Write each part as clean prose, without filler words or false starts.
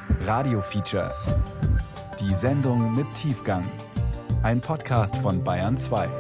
Radio Feature. Die Sendung mit Tiefgang. Ein Podcast von Bayern 2.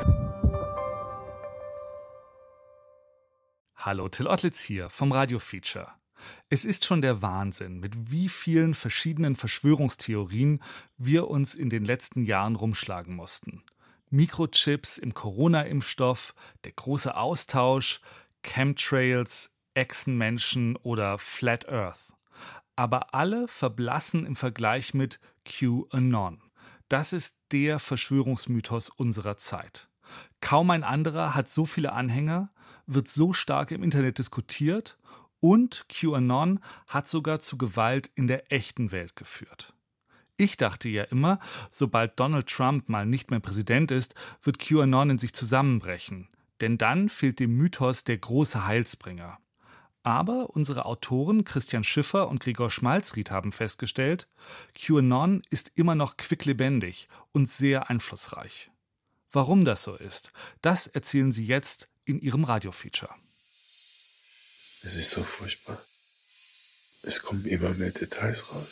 Hallo, Till Ottlitz hier vom Radio Feature. Es ist schon der Wahnsinn, mit wie vielen verschiedenen Verschwörungstheorien wir uns in den letzten Jahren rumschlagen mussten. Mikrochips im Corona-Impfstoff, der große Austausch, Chemtrails, Echsenmenschen oder Flat Earth. Aber alle verblassen im Vergleich mit QAnon. Das ist der Verschwörungsmythos unserer Zeit. Kaum ein anderer hat so viele Anhänger, wird so stark im Internet diskutiert und QAnon hat sogar zu Gewalt in der echten Welt geführt. Ich dachte ja immer, sobald Donald Trump mal nicht mehr Präsident ist, wird QAnon in sich zusammenbrechen. Denn dann fehlt dem Mythos der große Heilsbringer. Aber unsere Autoren Christian Schiffer und Gregor Schmalzried haben festgestellt, QAnon ist immer noch quicklebendig und sehr einflussreich. Warum das so ist, das erzählen sie jetzt in ihrem Radio-Feature. Es ist so furchtbar. Es kommen immer mehr Details raus.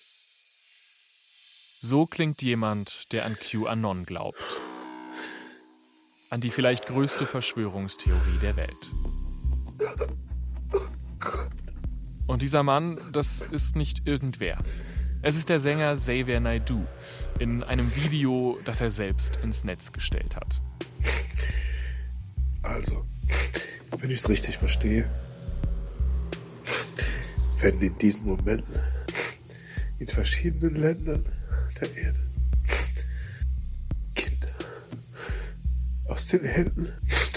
So klingt jemand, der an QAnon glaubt. An die vielleicht größte Verschwörungstheorie der Welt. Und dieser Mann, das ist nicht irgendwer. Es ist der Sänger Xavier Naidoo in einem Video, das er selbst ins Netz gestellt hat. Also, wenn ich es richtig verstehe, werden in diesen Momenten in verschiedenen Ländern der Erde Kinder aus den Händen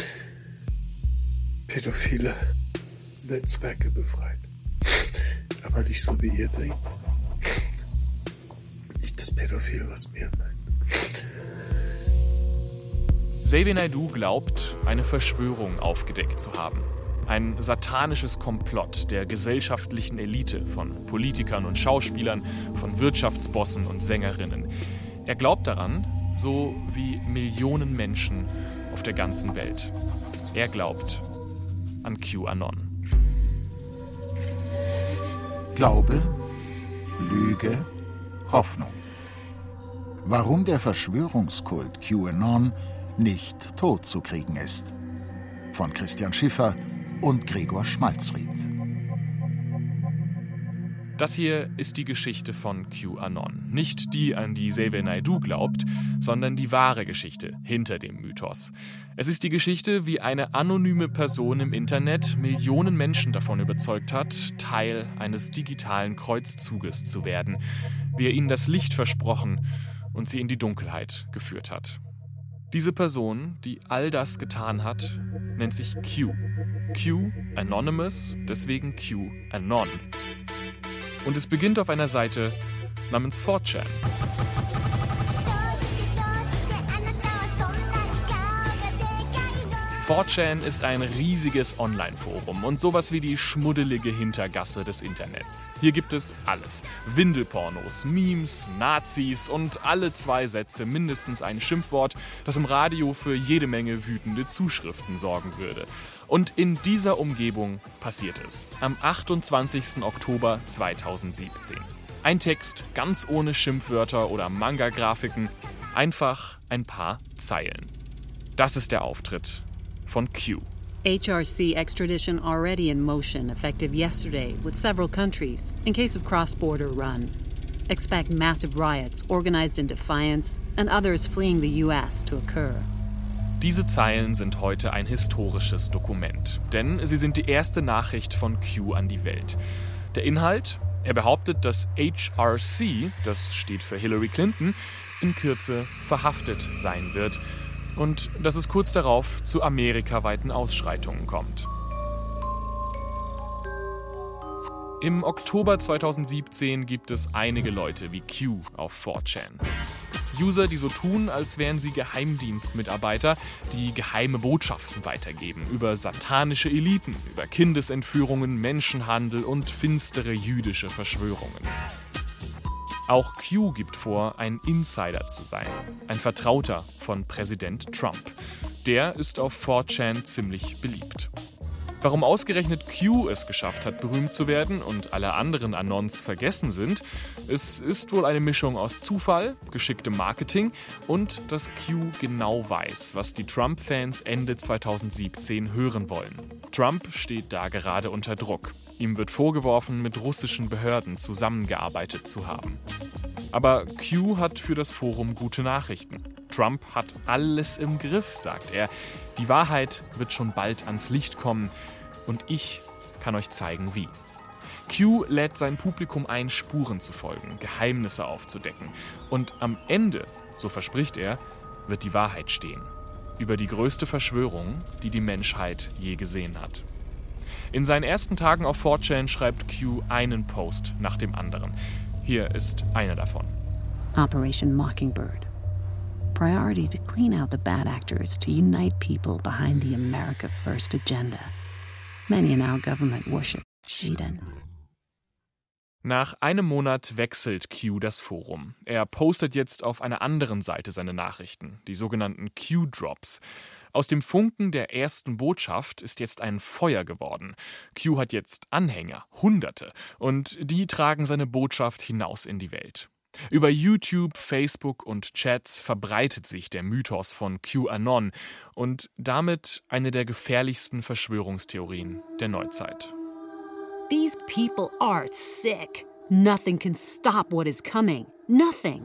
pädophiler Netzwerke befreit. Aber nicht so, wie ihr denkt. Nicht das Pädophil, was mir meint. Xavier Naidoo glaubt, eine Verschwörung aufgedeckt zu haben. Ein satanisches Komplott der gesellschaftlichen Elite von Politikern und Schauspielern, von Wirtschaftsbossen und Sängerinnen. Er glaubt daran, so wie Millionen Menschen auf der ganzen Welt. Er glaubt an QAnon. Glaube, Lüge, Hoffnung. Warum der Verschwörungskult QAnon nicht tot zu kriegen ist. Von Christian Schiffer und Gregor Schmalzried. Das hier ist die Geschichte von QAnon. Nicht die, an die Xavier Naidoo glaubt, sondern die wahre Geschichte hinter dem Mythos. Es ist die Geschichte, wie eine anonyme Person im Internet Millionen Menschen davon überzeugt hat, Teil eines digitalen Kreuzzuges zu werden, wie er ihnen das Licht versprochen und sie in die Dunkelheit geführt hat. Diese Person, die all das getan hat, nennt sich Q. Q Anonymous, deswegen QAnon. Und es beginnt auf einer Seite namens 4chan. 4chan ist ein riesiges Online-Forum und sowas wie die schmuddelige Hintergasse des Internets. Hier gibt es alles. Windelpornos, Memes, Nazis und alle 2 Sätze mindestens ein Schimpfwort, das im Radio für jede Menge wütende Zuschriften sorgen würde. Und in dieser Umgebung passiert es. Am 28. Oktober 2017. Ein Text ganz ohne Schimpfwörter oder Manga-Grafiken, einfach ein paar Zeilen. Das ist der Auftritt von Q. HRC extradition already in motion, effective yesterday, with several countries, in case of cross-border run. Expect massive riots organized in defiance and others fleeing the US to occur. Diese Zeilen sind heute ein historisches Dokument, denn sie sind die erste Nachricht von Q an die Welt. Der Inhalt? Er behauptet, dass HRC, das steht für Hillary Clinton, in Kürze verhaftet sein wird und dass es kurz darauf zu amerikaweiten Ausschreitungen kommt. Im Oktober 2017 gibt es einige Leute wie Q auf 4chan. User, die so tun, als wären sie Geheimdienstmitarbeiter, die geheime Botschaften weitergeben über satanische Eliten, über Kindesentführungen, Menschenhandel und finstere jüdische Verschwörungen. Auch Q gibt vor, ein Insider zu sein, ein Vertrauter von Präsident Trump. Der ist auf 4chan ziemlich beliebt. Warum ausgerechnet Q es geschafft hat, berühmt zu werden und alle anderen Anons vergessen sind, es ist wohl eine Mischung aus Zufall, geschicktem Marketing und dass Q genau weiß, was die Trump-Fans Ende 2017 hören wollen. Trump steht da gerade unter Druck. Ihm wird vorgeworfen, mit russischen Behörden zusammengearbeitet zu haben. Aber Q hat für das Forum gute Nachrichten. Trump hat alles im Griff, sagt er. Die Wahrheit wird schon bald ans Licht kommen und ich kann euch zeigen, wie. Q lädt sein Publikum ein, Spuren zu folgen, Geheimnisse aufzudecken. Und am Ende, so verspricht er, wird die Wahrheit stehen. Über die größte Verschwörung, die die Menschheit je gesehen hat. In seinen ersten Tagen auf 4chan schreibt Q einen Post nach dem anderen. Hier ist einer davon. Operation Mockingbird. Priority to clean out the bad actors to unite people behind the America First agenda. Many in our government worship Satan. Nach einem Monat wechselt Q das Forum. Er postet jetzt auf einer anderen Seite seine Nachrichten, die sogenannten Q-Drops. Aus dem Funken der ersten Botschaft ist jetzt ein Feuer geworden. Q hat jetzt Anhänger, Hunderte, und die tragen seine Botschaft hinaus in die Welt. Über YouTube, Facebook und Chats verbreitet sich der Mythos von QAnon und damit eine der gefährlichsten Verschwörungstheorien der Neuzeit. These people are sick. Nothing can stop what is coming. Nothing.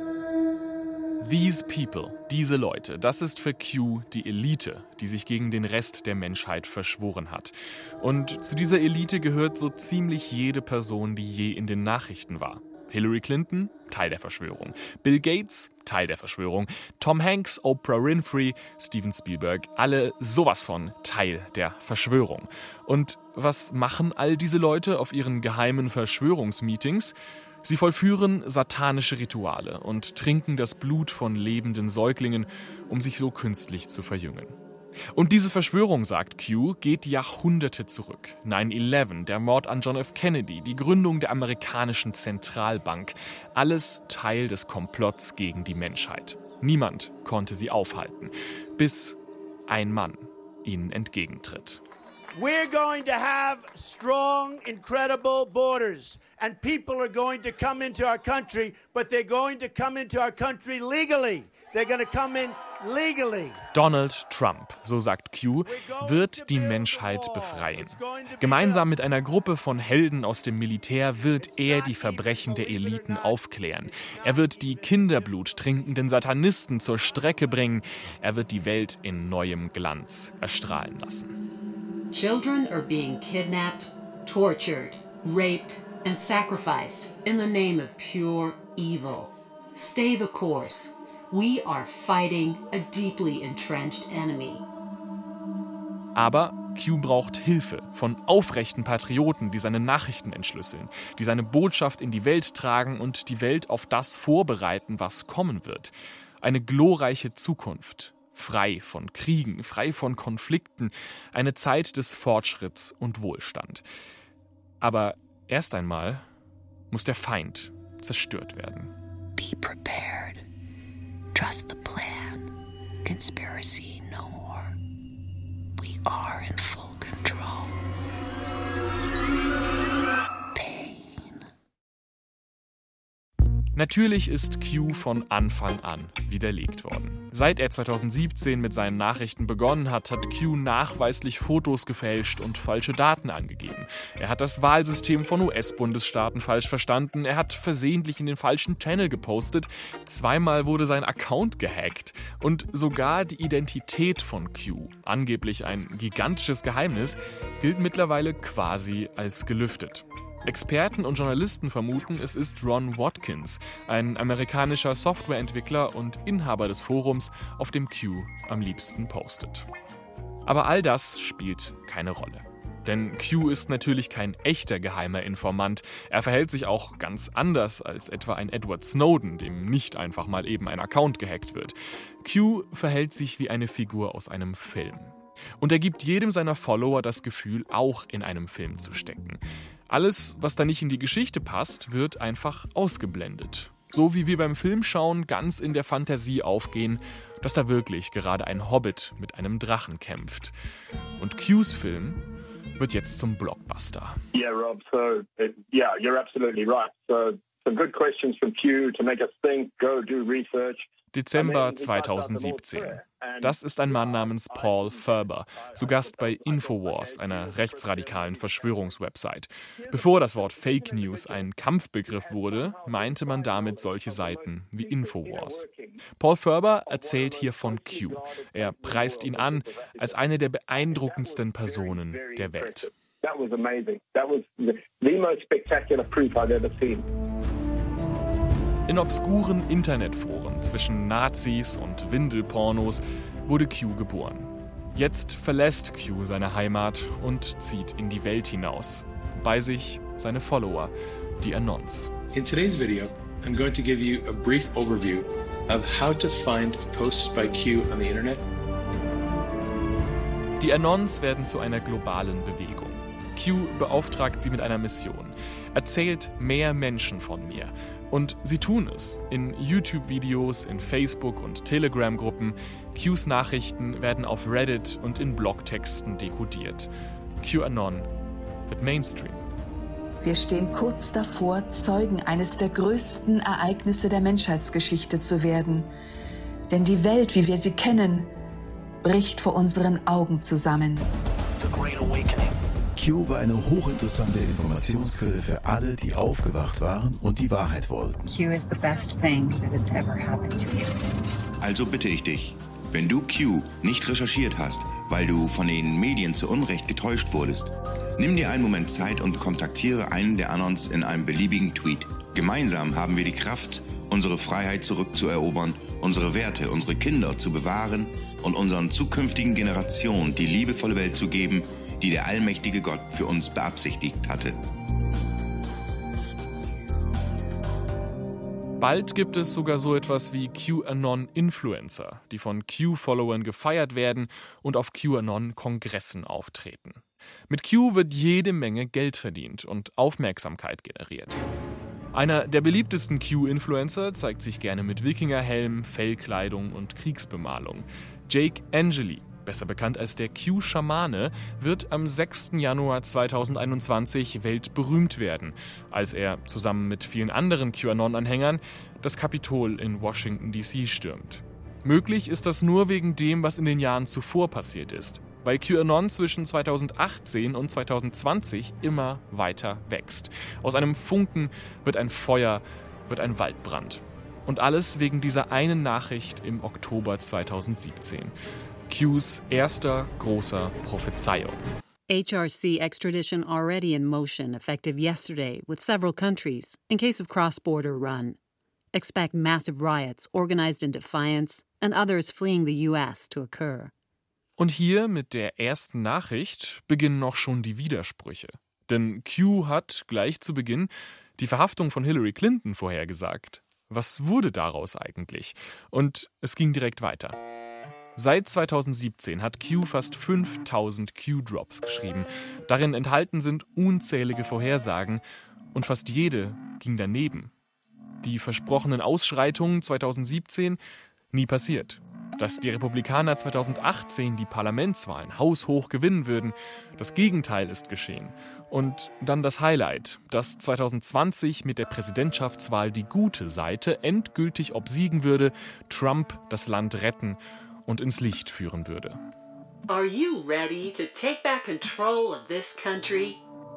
These people, diese Leute, das ist für Q die Elite, die sich gegen den Rest der Menschheit verschworen hat. Und zu dieser Elite gehört so ziemlich jede Person, die je in den Nachrichten war. Hillary Clinton, Teil der Verschwörung. Bill Gates, Teil der Verschwörung. Tom Hanks, Oprah Winfrey, Steven Spielberg, alle sowas von Teil der Verschwörung. Und was machen all diese Leute auf ihren geheimen Verschwörungsmeetings? Sie vollführen satanische Rituale und trinken das Blut von lebenden Säuglingen, um sich so künstlich zu verjüngen. Und diese Verschwörung, sagt Q, geht Jahrhunderte zurück. 9/11, der Mord an John F. Kennedy, die Gründung der amerikanischen Zentralbank. Alles Teil des Komplotts gegen die Menschheit. Niemand konnte sie aufhalten, bis ein Mann ihnen entgegentritt. We're going to have strong, incredible borders. And people are going to come into our country, but they're going to come into our country legally. They're going to come in legally. Donald Trump, so sagt Q, wird die Menschheit befreien. Gemeinsam mit einer Gruppe von Helden aus dem Militär wird er die Verbrechen der Eliten aufklären. Er wird die Kinderblut trinkenden Satanisten zur Strecke bringen. Er wird die Welt in neuem Glanz erstrahlen lassen. Children are being kidnapped, tortured, raped, and sacrificed in the name of pure evil. Stay the course. We are fighting a deeply entrenched enemy. Aber Q braucht Hilfe von aufrechten Patrioten, die seine Nachrichten entschlüsseln, die seine Botschaft in die Welt tragen und die Welt auf das vorbereiten, was kommen wird. Eine glorreiche Zukunft, frei von Kriegen, frei von Konflikten, eine Zeit des Fortschritts und Wohlstand. Aber erst einmal muss der Feind zerstört werden. Be prepared. Trust the plan. Conspiracy no more. We are in full control. Pain. Natürlich ist Q von Anfang an widerlegt worden. Seit er 2017 mit seinen Nachrichten begonnen hat, hat Q nachweislich Fotos gefälscht und falsche Daten angegeben. Er hat das Wahlsystem von US-Bundesstaaten falsch verstanden. Er hat versehentlich in den falschen Channel gepostet. Zweimal wurde sein Account gehackt. Und sogar die Identität von Q, angeblich ein gigantisches Geheimnis, gilt mittlerweile quasi als gelüftet. Experten und Journalisten vermuten, es ist Ron Watkins, ein amerikanischer Softwareentwickler und Inhaber des Forums, auf dem Q am liebsten postet. Aber all das spielt keine Rolle. Denn Q ist natürlich kein echter geheimer Informant. Er verhält sich auch ganz anders als etwa ein Edward Snowden, dem nicht einfach mal eben ein Account gehackt wird. Q verhält sich wie eine Figur aus einem Film. Und er gibt jedem seiner Follower das Gefühl, auch in einem Film zu stecken. Alles, was da nicht in die Geschichte passt, wird einfach ausgeblendet. So wie wir beim Filmschauen ganz in der Fantasie aufgehen, dass da wirklich gerade ein Hobbit mit einem Drachen kämpft. Und Q's Film wird jetzt zum Blockbuster. Yeah, Rob, so yeah, you're absolutely right. So some good questions from Q to make us think, go do research. Dezember 2017. Das ist ein Mann namens Paul Ferber, zu Gast bei Infowars, einer rechtsradikalen Verschwörungswebsite. Bevor das Wort Fake News ein Kampfbegriff wurde, meinte man damit solche Seiten wie Infowars. Paul Ferber erzählt hier von Q. Er preist ihn an als eine der beeindruckendsten Personen der Welt. That was amazing. That was the most spectacular proof I've ever seen. In obskuren Internetforen zwischen Nazis und Windelpornos wurde Q geboren. Jetzt verlässt Q seine Heimat und zieht in die Welt hinaus. Bei sich seine Follower, die Anons. In today's video, I'm going to give you a brief overview of how to find posts by Q on the internet. Die Anons werden zu einer globalen Bewegung. Q beauftragt sie mit einer Mission. Erzählt mehr Menschen von mir. Und sie tun es. In YouTube-Videos, in Facebook- und Telegram-Gruppen. Qs Nachrichten werden auf Reddit und in Blogtexten dekodiert. QAnon wird Mainstream. Wir stehen kurz davor, Zeugen eines der größten Ereignisse der Menschheitsgeschichte zu werden. Denn die Welt, wie wir sie kennen, bricht vor unseren Augen zusammen. The Great Awakening. Q war eine hochinteressante Informationsquelle für alle, die aufgewacht waren und die Wahrheit wollten. Q is the best thing that has ever happened to you. Also bitte ich dich, wenn du Q nicht recherchiert hast, weil du von den Medien zu Unrecht getäuscht wurdest, nimm dir einen Moment Zeit und kontaktiere einen der Anons in einem beliebigen Tweet. Gemeinsam haben wir die Kraft, unsere Freiheit zurückzuerobern, unsere Werte, unsere Kinder zu bewahren und unseren zukünftigen Generationen die liebevolle Welt zu geben, die der allmächtige Gott für uns beabsichtigt hatte. Bald gibt es sogar so etwas wie QAnon-Influencer, die von Q-Followern gefeiert werden und auf QAnon-Kongressen auftreten. Mit Q wird jede Menge Geld verdient und Aufmerksamkeit generiert. Einer der beliebtesten Q-Influencer zeigt sich gerne mit Wikingerhelm, Fellkleidung und Kriegsbemalung. Jake Angeli, besser bekannt als der Q-Schamane, wird am 6. Januar 2021 weltberühmt werden, als er zusammen mit vielen anderen QAnon-Anhängern das Kapitol in Washington D.C. stürmt. Möglich ist das nur wegen dem, was in den Jahren zuvor passiert ist, weil QAnon zwischen 2018 und 2020 immer weiter wächst. Aus einem Funken wird ein Feuer, wird ein Waldbrand. Und alles wegen dieser einen Nachricht im Oktober 2017. Qs erster großer Prophezeiung. HRC extradition already in motion, effective yesterday, with several countries, in case of cross-border run. Expect massive riots organized in defiance and others fleeing the US to occur. Und hier mit der ersten Nachricht beginnen auch schon die Widersprüche. Denn Q hat gleich zu Beginn die Verhaftung von Hillary Clinton vorhergesagt. Was wurde daraus eigentlich? Und es ging direkt weiter. Seit 2017 hat Q fast 5000 Q-Drops geschrieben. Darin enthalten sind unzählige Vorhersagen und fast jede ging daneben. Die versprochenen Ausschreitungen 2017 nie passiert. Dass die Republikaner 2018 die Parlamentswahlen haushoch gewinnen würden, das Gegenteil ist geschehen. Und dann das Highlight, dass 2020 mit der Präsidentschaftswahl die gute Seite endgültig obsiegen würde, Trump das Land retten und ins Licht führen würde. Are you ready to take back control of this country?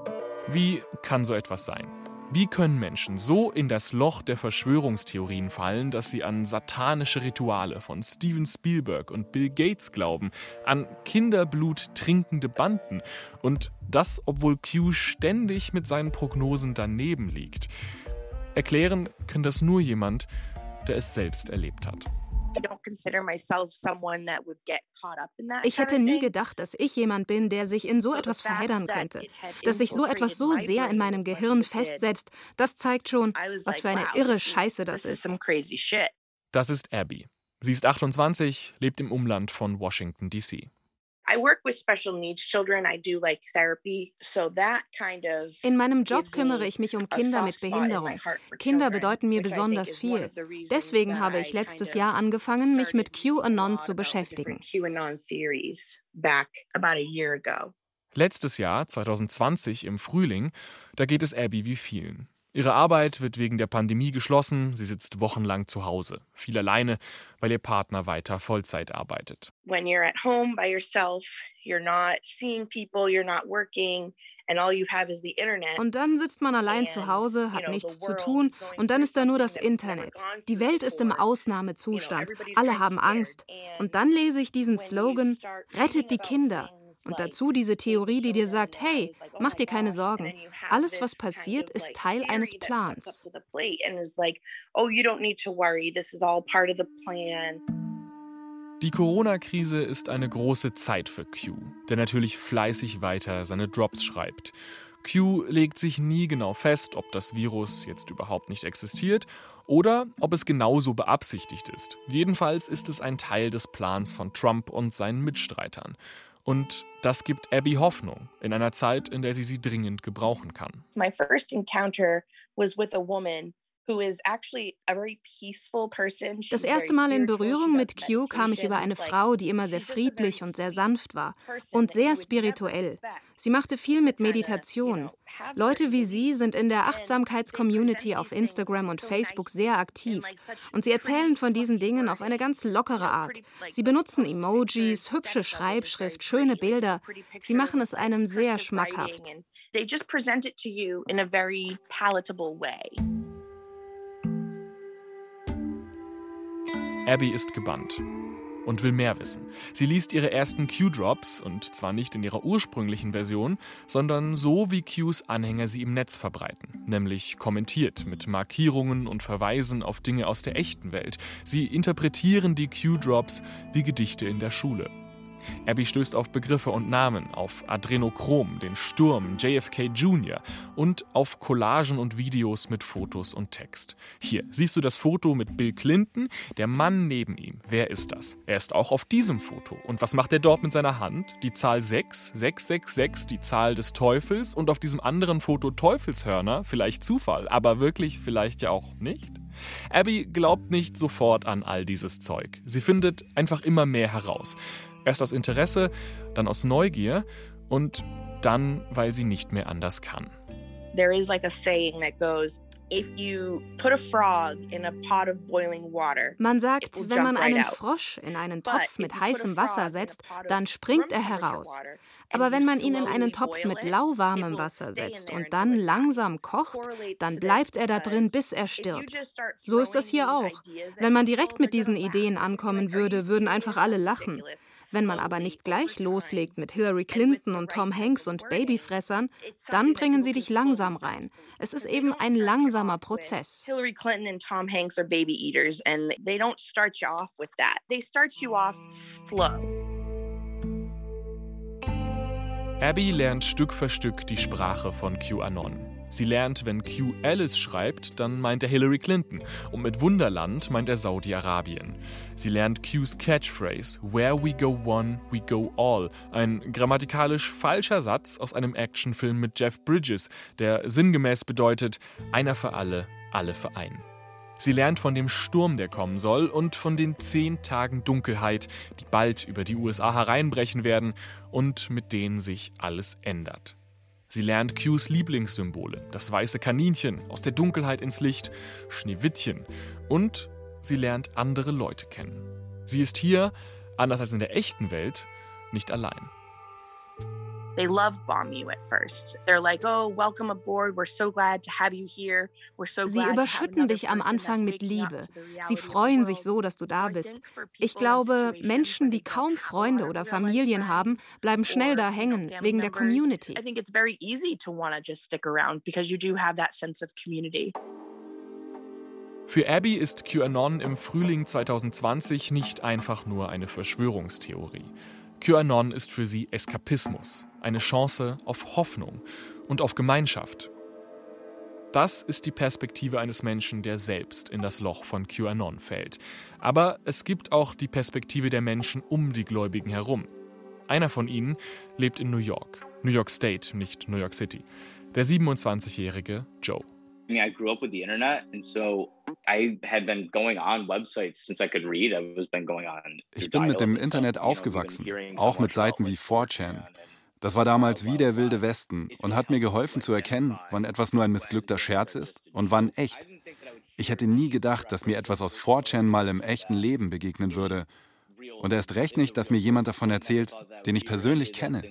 Wie kann so etwas sein? Wie können Menschen so in das Loch der Verschwörungstheorien fallen, dass sie an satanische Rituale von Steven Spielberg und Bill Gates glauben, an Kinderblut trinkende Banden und das, obwohl Q ständig mit seinen Prognosen daneben liegt? Erklären kann das nur jemand, der es selbst erlebt hat. Ich hätte nie gedacht, dass ich jemand bin, der sich in so etwas verheddern könnte. Dass sich so etwas so sehr in meinem Gehirn festsetzt, das zeigt schon, was für eine irre Scheiße das ist. Das ist Abby. Sie ist 28, lebt im Umland von Washington, D.C. In meinem Job kümmere ich mich um Kinder mit Behinderung. Kinder bedeuten mir besonders viel. Deswegen habe ich letztes Jahr angefangen, mich mit QAnon zu beschäftigen. Letztes Jahr, 2020 im Frühling, da geht es Abby wie vielen. Ihre Arbeit wird wegen der Pandemie geschlossen, sie sitzt wochenlang zu Hause. Viel alleine, weil ihr Partner weiter Vollzeit arbeitet. When you're at home by yourself, you're not seeing people, you're not working. Und dann sitzt man allein zu Hause, hat nichts zu tun und dann ist da nur das Internet. Die Welt ist im Ausnahmezustand. Alle haben Angst. Und dann lese ich diesen Slogan, rettet die Kinder. Und dazu diese Theorie, die dir sagt, hey, mach dir keine Sorgen. Alles, was passiert, ist Teil eines Plans. Die Corona-Krise ist eine große Zeit für Q, der natürlich fleißig weiter seine Drops schreibt. Q legt sich nie genau fest, ob das Virus jetzt überhaupt nicht existiert oder ob es genauso beabsichtigt ist. Jedenfalls ist es ein Teil des Plans von Trump und seinen Mitstreitern. Und das gibt Abby Hoffnung in einer Zeit, in der sie dringend gebrauchen kann. My first encounter was with a woman. Das erste Mal in Berührung mit Q kam ich über eine Frau, die immer sehr friedlich und sehr sanft war und sehr spirituell. Sie machte viel mit Meditation. Leute wie sie sind in der Achtsamkeits-Community auf Instagram und Facebook sehr aktiv. Und sie erzählen von diesen Dingen auf eine ganz lockere Art. Sie benutzen Emojis, hübsche Schreibschrift, schöne Bilder. Sie machen es einem sehr schmackhaft. They just present it to you in a very palatable way. Abby ist gebannt und will mehr wissen. Sie liest ihre ersten Q-Drops, und zwar nicht in ihrer ursprünglichen Version, sondern so, wie Qs Anhänger sie im Netz verbreiten, nämlich kommentiert mit Markierungen und Verweisen auf Dinge aus der echten Welt. Sie interpretieren die Q-Drops wie Gedichte in der Schule. Abby stößt auf Begriffe und Namen, auf Adrenochrom, den Sturm, JFK Jr. und auf Collagen und Videos mit Fotos und Text. Hier siehst du das Foto mit Bill Clinton, der Mann neben ihm. Wer ist das? Er ist auch auf diesem Foto. Und was macht er dort mit seiner Hand? Die Zahl 6, 666, die Zahl des Teufels, und auf diesem anderen Foto Teufelshörner, vielleicht Zufall, aber wirklich vielleicht ja auch nicht? Abby glaubt nicht sofort an all dieses Zeug. Sie findet einfach immer mehr heraus. Erst aus Interesse, dann aus Neugier und dann, weil sie nicht mehr anders kann. There is like a saying that goes, if you put a frog in a pot of boiling water. Man sagt, wenn man einen Frosch in einen Topf mit heißem Wasser setzt, dann springt er heraus. Aber wenn man ihn in einen Topf mit lauwarmem Wasser setzt und dann langsam kocht, dann bleibt er da drin, bis er stirbt. So ist das hier auch. Wenn man direkt mit diesen Ideen ankommen würde, würden einfach alle lachen. Wenn man aber nicht gleich loslegt mit Hillary Clinton und Tom Hanks und Babyfressern, dann bringen sie dich langsam rein. Es ist eben ein langsamer Prozess. Hillary Clinton and Tom Hanks are baby eaters and they don't start you off with that. They start you off slow. Abby lernt Stück für Stück die Sprache von QAnon. Sie lernt, wenn Q Alice schreibt, dann meint er Hillary Clinton. Und mit Wunderland meint er Saudi-Arabien. Sie lernt Qs Catchphrase, Where we go one, we go all. Ein grammatikalisch falscher Satz aus einem Actionfilm mit Jeff Bridges, der sinngemäß bedeutet, einer für alle für einen. Sie lernt von dem Sturm, der kommen soll, und von den 10 Tagen Dunkelheit, die bald über die USA hereinbrechen werden und mit denen sich alles ändert. Sie lernt Qs Lieblingssymbole, das weiße Kaninchen, aus der Dunkelheit ins Licht, Schneewittchen, und sie lernt andere Leute kennen. Sie ist hier, anders als in der echten Welt, nicht allein. They love bomb you at first. They're like, oh, welcome aboard. We're so glad to have you here. We're so glad. Sie überschütten dich am Anfang mit Liebe. Sie freuen sich so, dass du da bist. Ich glaube, Menschen, die kaum Freunde oder Familien haben, bleiben schnell da hängen wegen der Community. I think it's very easy to want to just stick around because you do have that sense of community. Für Abby ist QAnon im Frühling 2020 nicht einfach nur eine Verschwörungstheorie. QAnon ist für sie Eskapismus, eine Chance auf Hoffnung und auf Gemeinschaft. Das ist die Perspektive eines Menschen, der selbst in das Loch von QAnon fällt. Aber es gibt auch die Perspektive der Menschen um die Gläubigen herum. Einer von ihnen lebt in New York. New York State, nicht New York City. Der 27-jährige Joe. I grew up with the internet, and so I had been going on websites since I could read. Ich bin mit dem Internet aufgewachsen, auch mit Seiten wie 4chan. Das war damals wie der wilde Westen und hat mir geholfen zu erkennen, wann etwas nur ein missglückter Scherz ist und wann echt. Ich hätte nie gedacht, dass mir etwas aus 4chan mal im echten Leben begegnen würde. Und erst recht nicht, dass mir jemand davon erzählt, den ich persönlich kenne.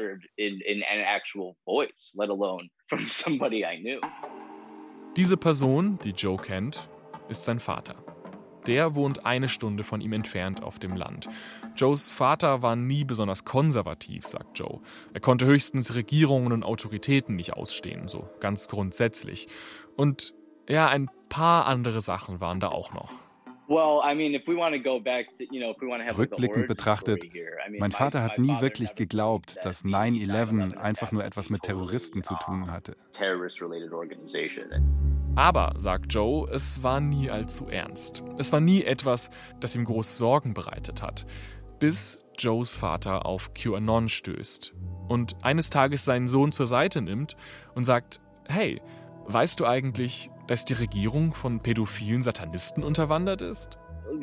Diese Person, die Joe kennt, ist sein Vater. Der wohnt 1 Stunde von ihm entfernt auf dem Land. Joes Vater war nie besonders konservativ, sagt Joe. Er konnte höchstens Regierungen und Autoritäten nicht ausstehen, so ganz grundsätzlich. Und ja, ein paar andere Sachen waren da auch noch. Rückblickend betrachtet, mein Vater hat nie wirklich geglaubt, dass 9/11 einfach nur etwas mit Terroristen zu tun hatte. Aber, sagt Joe, es war nie allzu ernst. Es war nie etwas, das ihm groß Sorgen bereitet hat. Bis Joes Vater auf QAnon stößt und eines Tages seinen Sohn zur Seite nimmt und sagt, hey, weißt du eigentlich, dass die Regierung von pädophilen Satanisten unterwandert ist?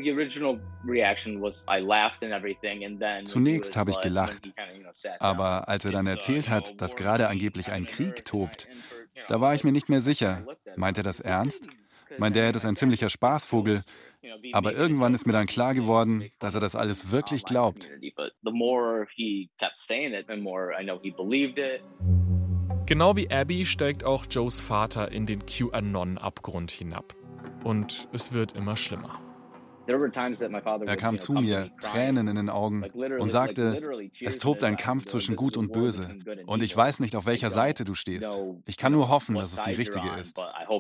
Zunächst habe ich gelacht, aber als er dann erzählt hat, dass gerade angeblich ein Krieg tobt, da war ich mir nicht mehr sicher. Meint er das ernst? Mein Dad ist ein ziemlicher Spaßvogel, aber irgendwann ist mir dann klar geworden, dass er das alles wirklich glaubt. Genau wie Abby steigt auch Joes Vater in den QAnon-Abgrund hinab. Und es wird immer schlimmer. Er kam zu mir, Tränen in den Augen, und sagte, es tobt ein Kampf zwischen Gut und Böse. Und ich weiß nicht, auf welcher Seite du stehst. Ich kann nur hoffen, dass es die richtige ist.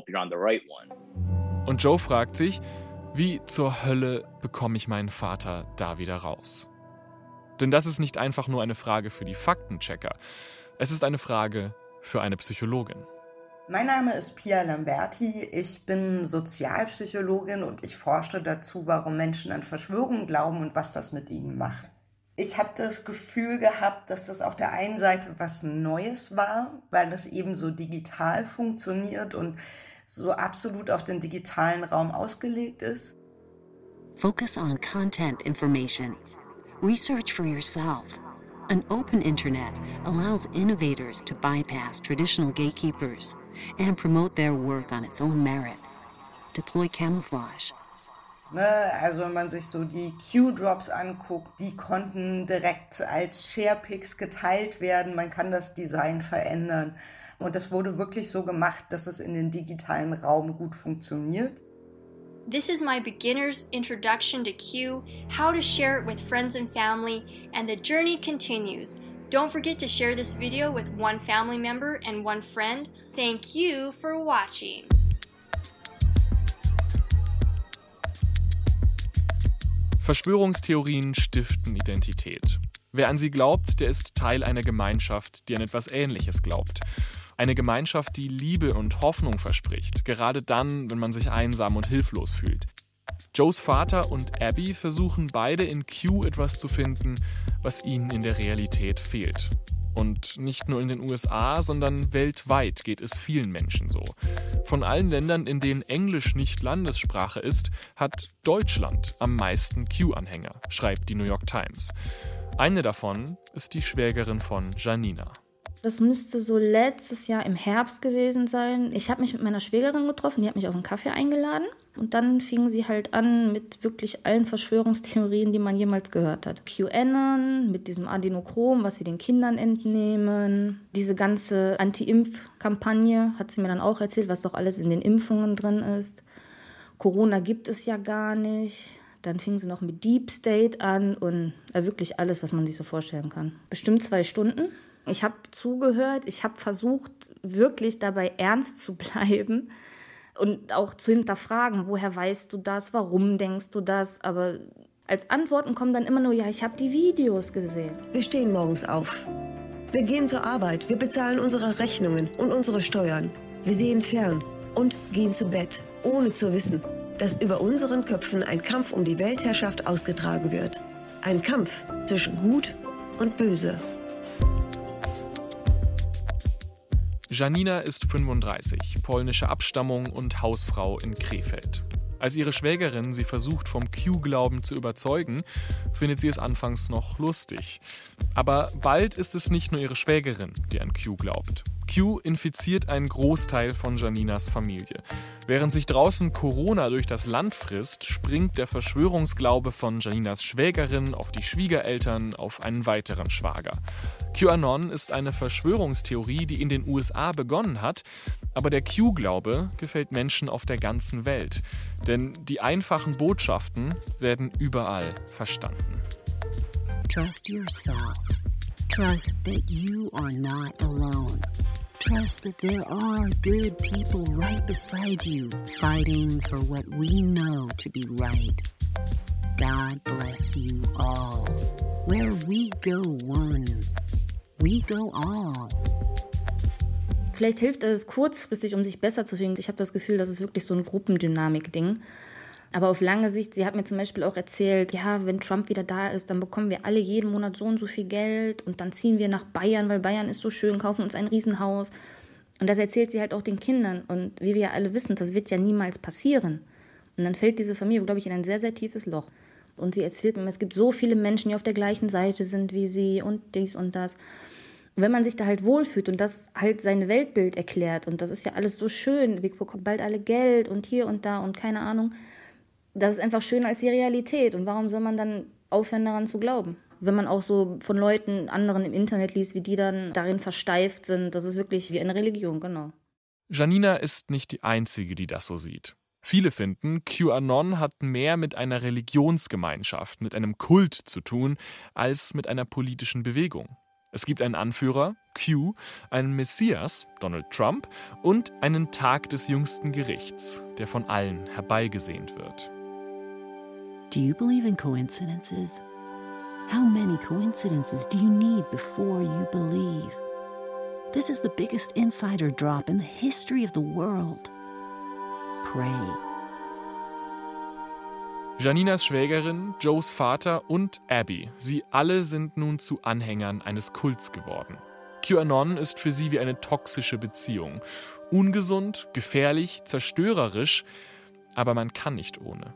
Und Joe fragt sich, wie zur Hölle bekomme ich meinen Vater da wieder raus? Denn das ist nicht einfach nur eine Frage für die Faktenchecker. Es ist eine Frage für eine Psychologin. Mein Name ist Pia Lamberti, ich bin Sozialpsychologin und ich forsche dazu, warum Menschen an Verschwörungen glauben und was das mit ihnen macht. Ich habe das Gefühl gehabt, dass das auf der einen Seite was Neues war, weil es eben so digital funktioniert und so absolut auf den digitalen Raum ausgelegt ist. Focus on content information. Research for yourself. An open internet allows innovators to bypass traditional gatekeepers and promote their work on its own merit. Deploy camouflage. Also wenn man sich so die Q-Drops anguckt, die konnten direkt als Sharepics geteilt werden. Man kann das Design verändern. Und das wurde wirklich so gemacht, dass es in den digitalen Raum gut funktioniert. This is my beginner's introduction to Q, how to share it with friends and family, and the journey continues. Don't forget to share this video with one family member and one friend. Thank you for watching. Verschwörungstheorien stiften Identität. Wer an sie glaubt, der ist Teil einer Gemeinschaft, die an etwas Ähnliches glaubt. Eine Gemeinschaft, die Liebe und Hoffnung verspricht, gerade dann, wenn man sich einsam und hilflos fühlt. Joes Vater und Abby versuchen beide in Q etwas zu finden, was ihnen in der Realität fehlt. Und nicht nur in den USA, sondern weltweit geht es vielen Menschen so. Von allen Ländern, in denen Englisch nicht Landessprache ist, hat Deutschland am meisten Q-Anhänger, schreibt die New York Times. Eine davon ist die Schwägerin von Janina. Das müsste so letztes Jahr im Herbst gewesen sein. Ich habe mich mit meiner Schwägerin getroffen, die hat mich auf einen Kaffee eingeladen. Und dann fingen sie halt an mit wirklich allen Verschwörungstheorien, die man jemals gehört hat. QAnon, mit diesem Adenochrom, was sie den Kindern entnehmen. Diese ganze Anti-Impf-Kampagne hat sie mir dann auch erzählt, was doch alles in den Impfungen drin ist. Corona gibt es ja gar nicht. Dann fingen sie noch mit Deep State an und wirklich alles, was man sich so vorstellen kann. Bestimmt 2 Stunden. Ich habe zugehört, ich habe versucht, wirklich dabei ernst zu bleiben und auch zu hinterfragen, woher weißt du das, warum denkst du das, aber als Antworten kommen dann immer nur, ja, ich habe die Videos gesehen. Wir stehen morgens auf, wir gehen zur Arbeit, wir bezahlen unsere Rechnungen und unsere Steuern, wir sehen fern und gehen zu Bett, ohne zu wissen, dass über unseren Köpfen ein Kampf um die Weltherrschaft ausgetragen wird. Ein Kampf zwischen Gut und böse. Janina ist 35, polnische Abstammung und Hausfrau in Krefeld. Als ihre Schwägerin sie versucht, vom Q-Glauben zu überzeugen, findet sie es anfangs noch lustig. Aber bald ist es nicht nur ihre Schwägerin, die an Q glaubt. Q infiziert einen Großteil von Janinas Familie. Während sich draußen Corona durch das Land frisst, springt der Verschwörungsglaube von Janinas Schwägerin auf die Schwiegereltern, auf einen weiteren Schwager. QAnon ist eine Verschwörungstheorie, die in den USA begonnen hat, aber der Q-Glaube gefällt Menschen auf der ganzen Welt. Denn die einfachen Botschaften werden überall verstanden. Trust yourself. Trust that you are not alone. Trust that there are good people right beside you, fighting for what we know to be right. God bless you all. Where we go one, we go all. Vielleicht hilft es kurzfristig, um sich besser zu fühlen. Ich habe das Gefühl, das ist wirklich so ein Gruppendynamik-Ding. Aber auf lange Sicht, sie hat mir zum Beispiel auch erzählt, ja, wenn Trump wieder da ist, dann bekommen wir alle jeden Monat so und so viel Geld und dann ziehen wir nach Bayern, weil Bayern ist so schön, kaufen uns ein Riesenhaus. Und das erzählt sie halt auch den Kindern. Und wie wir ja alle wissen, das wird ja niemals passieren. Und dann fällt diese Familie, glaube ich, in ein sehr, sehr tiefes Loch. Und sie erzählt mir, es gibt so viele Menschen, die auf der gleichen Seite sind wie sie und dies und das. Und wenn man sich da halt wohlfühlt und das halt sein Weltbild erklärt und das ist ja alles so schön, wir bekommen bald alle Geld und hier und da und keine Ahnung, das ist einfach schöner als die Realität. Und warum soll man dann aufhören, daran zu glauben? Wenn man auch so von Leuten, anderen im Internet liest, wie die dann darin versteift sind, das ist wirklich wie eine Religion, genau. Janina ist nicht die Einzige, die das so sieht. Viele finden, QAnon hat mehr mit einer Religionsgemeinschaft, mit einem Kult zu tun, als mit einer politischen Bewegung. Es gibt einen Anführer, Q, einen Messias, Donald Trump, und einen Tag des jüngsten Gerichts, der von allen herbeigesehnt wird. Do you believe in coincidences? How many coincidences do you need before you believe? This is the biggest insider drop in the history of the world. Pray. Janinas Schwägerin, Joes Vater und Abby, sie alle sind nun zu Anhängern eines Kults geworden. QAnon ist für sie wie eine toxische Beziehung. Ungesund, gefährlich, zerstörerisch, aber man kann nicht ohne.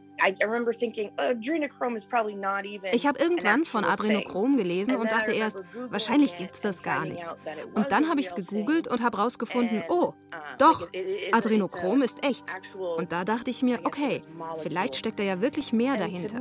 Ich habe irgendwann von Adrenochrom gelesen und dachte erst, wahrscheinlich gibt's das gar nicht. Und dann habe ich es gegoogelt und habe rausgefunden, oh, doch, Adrenochrom ist echt. Und da dachte ich mir, okay, vielleicht steckt da ja wirklich mehr dahinter.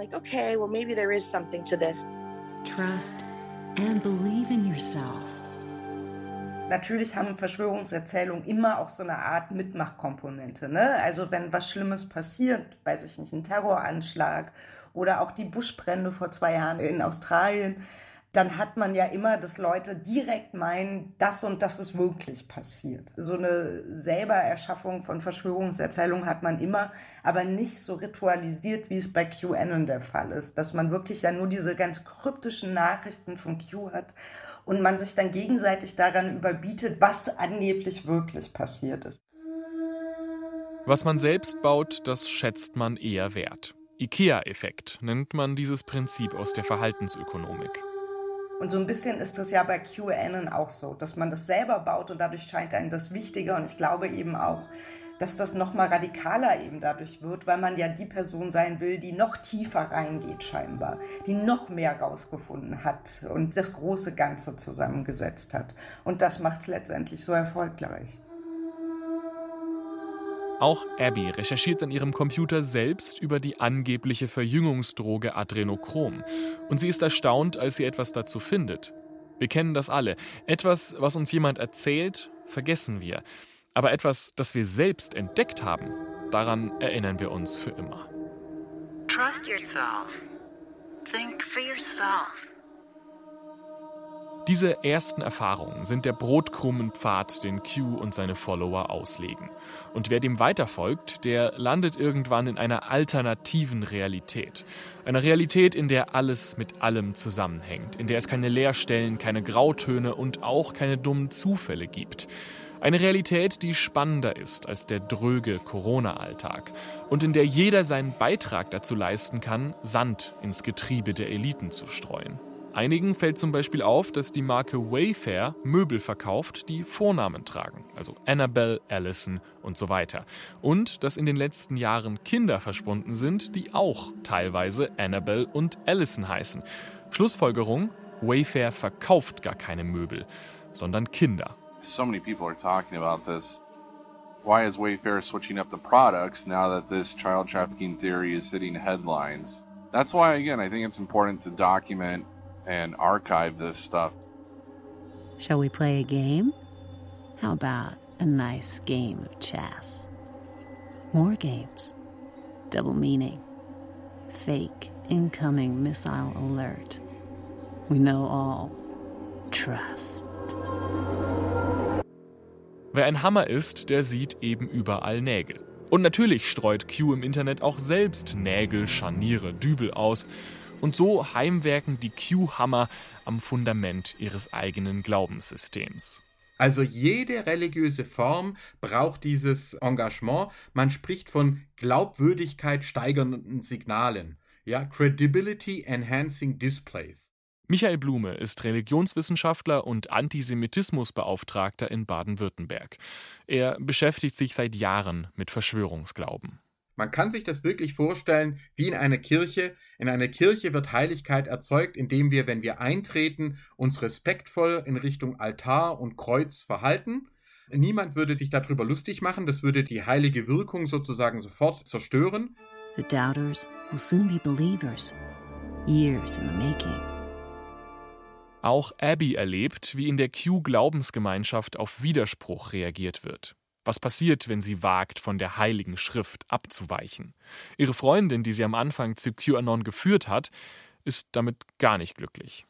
Trust and believe in yourself. Natürlich haben Verschwörungserzählungen immer auch so eine Art Mitmachkomponente, ne? Also wenn was Schlimmes passiert, weiß ich nicht, ein Terroranschlag oder auch die Buschbrände vor 2 Jahren in Australien, dann hat man ja immer, dass Leute direkt meinen, das und das ist wirklich passiert. So eine Selbererschaffung von Verschwörungserzählungen hat man immer, aber nicht so ritualisiert, wie es bei QAnon der Fall ist. Dass man wirklich ja nur diese ganz kryptischen Nachrichten von Q hat und man sich dann gegenseitig daran überbietet, was angeblich wirklich passiert ist. Was man selbst baut, das schätzt man eher wert. IKEA-Effekt nennt man dieses Prinzip aus der Verhaltensökonomik. Und so ein bisschen ist das ja bei QAnon auch so, dass man das selber baut und dadurch scheint einem das wichtiger. Und ich glaube eben auch, dass das noch mal radikaler eben dadurch wird, weil man ja die Person sein will, die noch tiefer reingeht scheinbar, die noch mehr rausgefunden hat und das große Ganze zusammengesetzt hat. Und das macht es letztendlich so erfolgreich. Auch Abby recherchiert an ihrem Computer selbst über die angebliche Verjüngungsdroge Adrenochrom. Und sie ist erstaunt, als sie etwas dazu findet. Wir kennen das alle. Etwas, was uns jemand erzählt, vergessen wir. Aber etwas, das wir selbst entdeckt haben, daran erinnern wir uns für immer. Trust yourself. Think for yourself. Diese ersten Erfahrungen sind der Brotkrumenpfad, den Q und seine Follower auslegen. Und wer dem weiterfolgt, der landet irgendwann in einer alternativen Realität. Einer Realität, in der alles mit allem zusammenhängt, in der es keine Leerstellen, keine Grautöne und auch keine dummen Zufälle gibt. Eine Realität, die spannender ist als der dröge Corona-Alltag und in der jeder seinen Beitrag dazu leisten kann, Sand ins Getriebe der Eliten zu streuen. Einigen fällt zum Beispiel auf, dass die Marke Wayfair Möbel verkauft, die Vornamen tragen, also Annabelle, Allison und so weiter. Und dass in den letzten Jahren Kinder verschwunden sind, die auch teilweise Annabelle und Allison heißen. Schlussfolgerung: Wayfair verkauft gar keine Möbel, sondern Kinder. So many people are talking about this. Why is Wayfair switching up the products now that this child trafficking theory is hitting headlines? That's why, again, I think it's important to document and archive this stuff. Shall we play a game? How about a nice game of chess? More games. Double meaning. Fake incoming missile alert. We know all. Trust. Wer ein Hammer ist, der sieht eben überall Nägel. Und natürlich streut Q im Internet auch selbst Nägel, Scharniere, Dübel aus. Und so heimwerken die Q-Hammer am Fundament ihres eigenen Glaubenssystems. Also jede religiöse Form braucht dieses Engagement. Man spricht von Glaubwürdigkeit steigernden Signalen. Ja, Credibility Enhancing Displays. Michael Blume ist Religionswissenschaftler und Antisemitismusbeauftragter in Baden-Württemberg. Er beschäftigt sich seit Jahren mit Verschwörungsglauben. Man kann sich das wirklich vorstellen wie in einer Kirche. In einer Kirche wird Heiligkeit erzeugt, indem wir, wenn wir eintreten, uns respektvoll in Richtung Altar und Kreuz verhalten. Niemand würde sich darüber lustig machen, das würde die heilige Wirkung sozusagen sofort zerstören. The doubters will soon be believers. Years in the making. Auch Abby erlebt, wie in der Q-Glaubensgemeinschaft auf Widerspruch reagiert wird. Was passiert, wenn sie wagt, von der Heiligen Schrift abzuweichen? Ihre Freundin, die sie am Anfang zu QAnon geführt hat, ist damit gar nicht glücklich.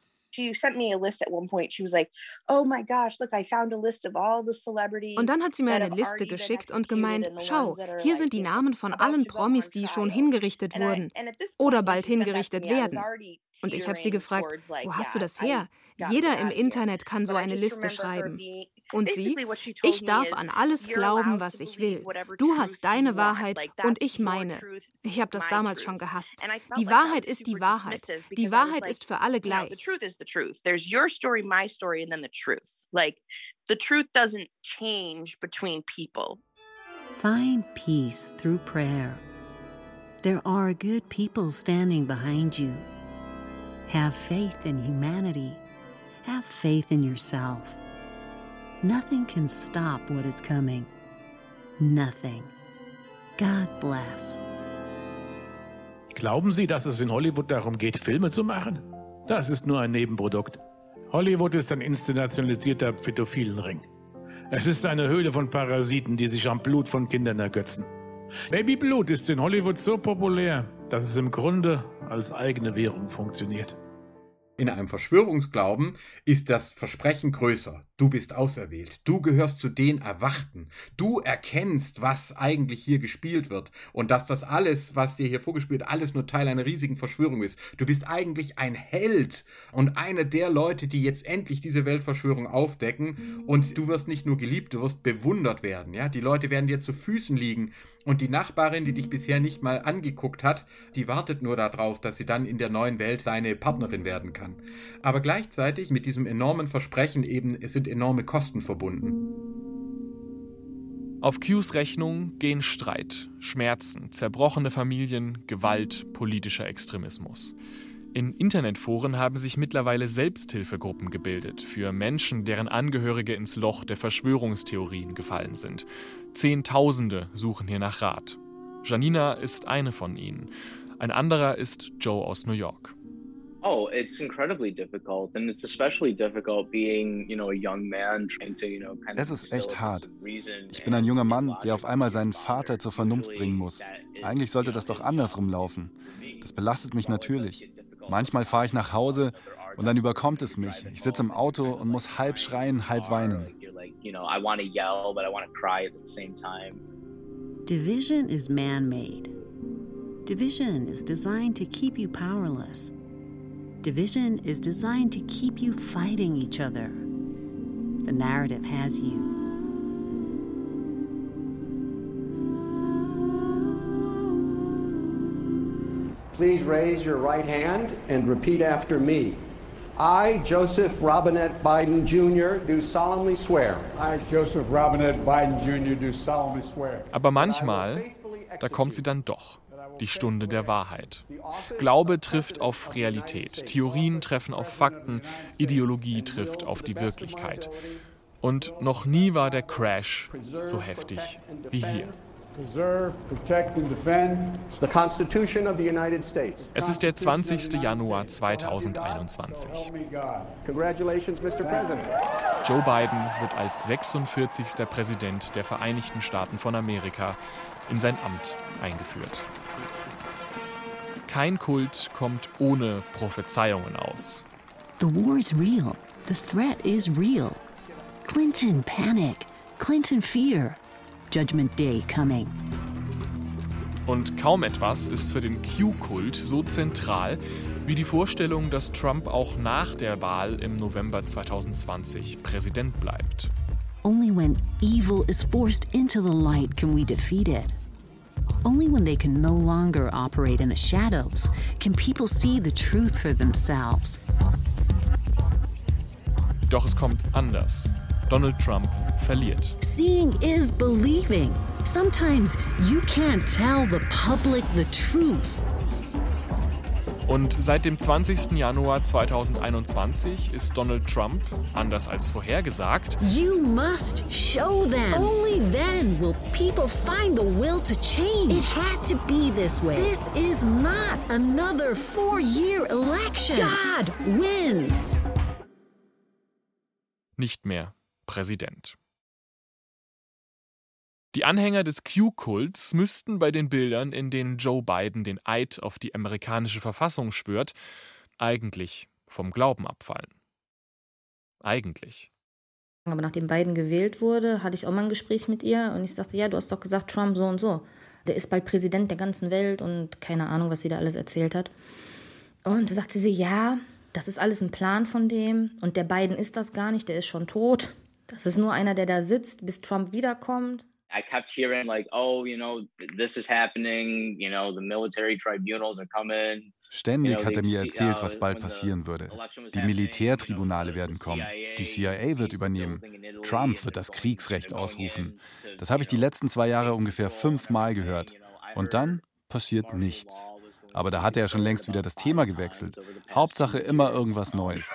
Und dann hat sie mir eine Liste geschickt und gemeint, schau, hier sind die Namen von allen Promis, die schon hingerichtet wurden oder bald hingerichtet werden. Und ich habe sie gefragt, wo hast du das her? Jeder im Internet kann so eine Liste schreiben. Und sie, ich darf an alles glauben, was ich will. Du hast deine Wahrheit und ich meine. Ich habe das damals schon gehasst. Die Wahrheit ist die Wahrheit. Die Wahrheit ist für alle gleich. Find peace through prayer. There are good people standing behind you. Have faith in humanity. Have faith in yourself. Nothing can stop what is coming. Nothing. God bless. Glauben Sie, dass es in Hollywood darum geht, Filme zu machen? Das ist nur ein Nebenprodukt. Hollywood ist ein institutionalisierter Pädophilenring. Es ist eine Höhle von Parasiten, die sich am Blut von Kindern ergötzen. Babyblut ist in Hollywood so populär, dass es im Grunde als eigene Währung funktioniert. In einem Verschwörungsglauben ist das Versprechen größer. Du bist auserwählt. Du gehörst zu den Erwachten. Du erkennst, was eigentlich hier gespielt wird. Und dass das alles, was dir hier vorgespielt wird, alles nur Teil einer riesigen Verschwörung ist. Du bist eigentlich ein Held und einer der Leute, die jetzt endlich diese Weltverschwörung aufdecken. Und du wirst nicht nur geliebt, du wirst bewundert werden. Ja? Die Leute werden dir zu Füßen liegen. Und die Nachbarin, die dich bisher nicht mal angeguckt hat, die wartet nur darauf, dass sie dann in der neuen Welt deine Partnerin werden kann. Aber gleichzeitig mit diesem enormen Versprechen eben, es sind enorme Kosten verbunden. Auf Qs Rechnung gehen Streit, Schmerzen, zerbrochene Familien, Gewalt, politischer Extremismus. In Internetforen haben sich mittlerweile Selbsthilfegruppen gebildet für Menschen, deren Angehörige ins Loch der Verschwörungstheorien gefallen sind. Zehntausende suchen hier nach Rat. Janina ist eine von ihnen. Ein anderer ist Joe aus New York. Oh, it's incredibly difficult, and it's especially difficult being, a young man trying to, kind of. Es ist echt hart. Ich bin ein junger Mann, der auf einmal seinen Vater zur Vernunft bringen muss. Eigentlich sollte das doch andersrum laufen. Das belastet mich natürlich. Manchmal fahre ich nach Hause und dann überkommt es mich. Ich sitze im Auto und muss halb schreien, halb weinen. Division is man-made. Division is designed to keep you powerless. Division is designed to keep you fighting each other. The narrative has you. Please raise your right hand and repeat after me. I, Joseph Robinette Biden Jr., do solemnly swear. I, Joseph Robinette Biden Jr., do solemnly swear. Aber manchmal, da kommt sie dann doch. Die Stunde der Wahrheit. Glaube trifft auf Realität. Theorien treffen auf Fakten. Ideologie trifft auf die Wirklichkeit. Und noch nie war der Crash so heftig wie hier. Es ist der 20. Januar 2021. Joe Biden wird als 46. Präsident der Vereinigten Staaten von Amerika in sein Amt eingeführt. Kein Kult kommt ohne Prophezeiungen aus. The war is real. The threat is real. Clinton panic. Clinton fear. Judgment Day coming. Und kaum etwas ist für den Q-Kult so zentral wie die Vorstellung, dass Trump auch nach der Wahl im November 2020 Präsident bleibt. Only when evil is forced into the light can we defeat it. Only when they can no longer operate in the shadows can people see the truth for themselves. Doch es kommt anders. Donald Trump verliert. Seeing is believing. Sometimes you can't tell the public the truth. Und seit dem 20. Januar 2021 ist Donald Trump, anders als vorhergesagt, You must show them. Only then will people find the will to change. It had to be this way. This is not another 4-year election. God wins. Nicht mehr Präsident. Die Anhänger des Q-Kults müssten bei den Bildern, in denen Joe Biden den Eid auf die amerikanische Verfassung schwört, eigentlich vom Glauben abfallen. Eigentlich. Aber nachdem Biden gewählt wurde, hatte ich auch mal ein Gespräch mit ihr und ich sagte, ja, du hast doch gesagt, Trump so und so. Der ist bald Präsident der ganzen Welt und keine Ahnung, was sie da alles erzählt hat. Und da sagte sie, ja, das ist alles ein Plan von dem und der Biden ist das gar nicht, der ist schon tot. Das ist nur einer, der da sitzt, bis Trump wiederkommt. I kept hearing like, oh, you know, this is happening, you know, the military tribunals are coming. Ständig hat er mir erzählt, was bald passieren würde. Die Militärtribunale werden kommen. Die CIA wird übernehmen. Trump wird das Kriegsrecht ausrufen. Das habe ich die letzten 2 Jahre ungefähr 5-mal gehört. Und dann passiert nichts. Aber da hat er ja schon längst wieder das Thema gewechselt. Hauptsache immer irgendwas Neues.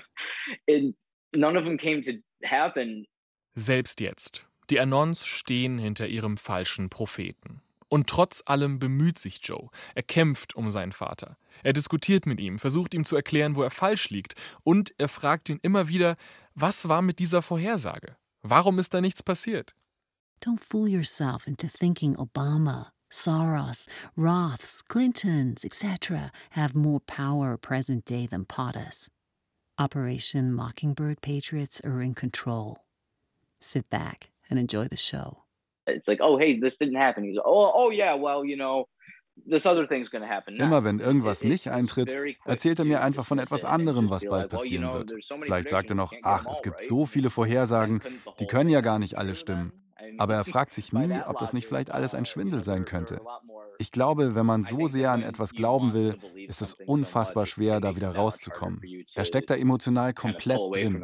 Selbst jetzt. Die Anons stehen hinter ihrem falschen Propheten. Und trotz allem bemüht sich Joe. Er kämpft um seinen Vater. Er diskutiert mit ihm, versucht ihm zu erklären, wo er falsch liegt. Und er fragt ihn immer wieder, was war mit dieser Vorhersage? Warum ist da nichts passiert? Don't fool yourself into thinking Obama, Soros, Roths, Clintons, etc. have more power present day than POTUS. Operation Mockingbird Patriots are in control. Sit back and enjoy the show. It's like, oh, hey, this didn't happen. He's like, oh, yeah, well, you know, this other thing's going to happen. Immer wenn irgendwas nicht eintritt, erzählt er mir einfach von etwas anderem, was bald passieren wird. Vielleicht sagt er noch, ach, es gibt so viele Vorhersagen, die können ja gar nicht alle stimmen. Aber er fragt sich nie, ob das nicht vielleicht alles ein Schwindel sein könnte. Ich glaube, wenn man so sehr an etwas glauben will, ist es unfassbar schwer, da wieder rauszukommen. Er steckt da emotional komplett drin.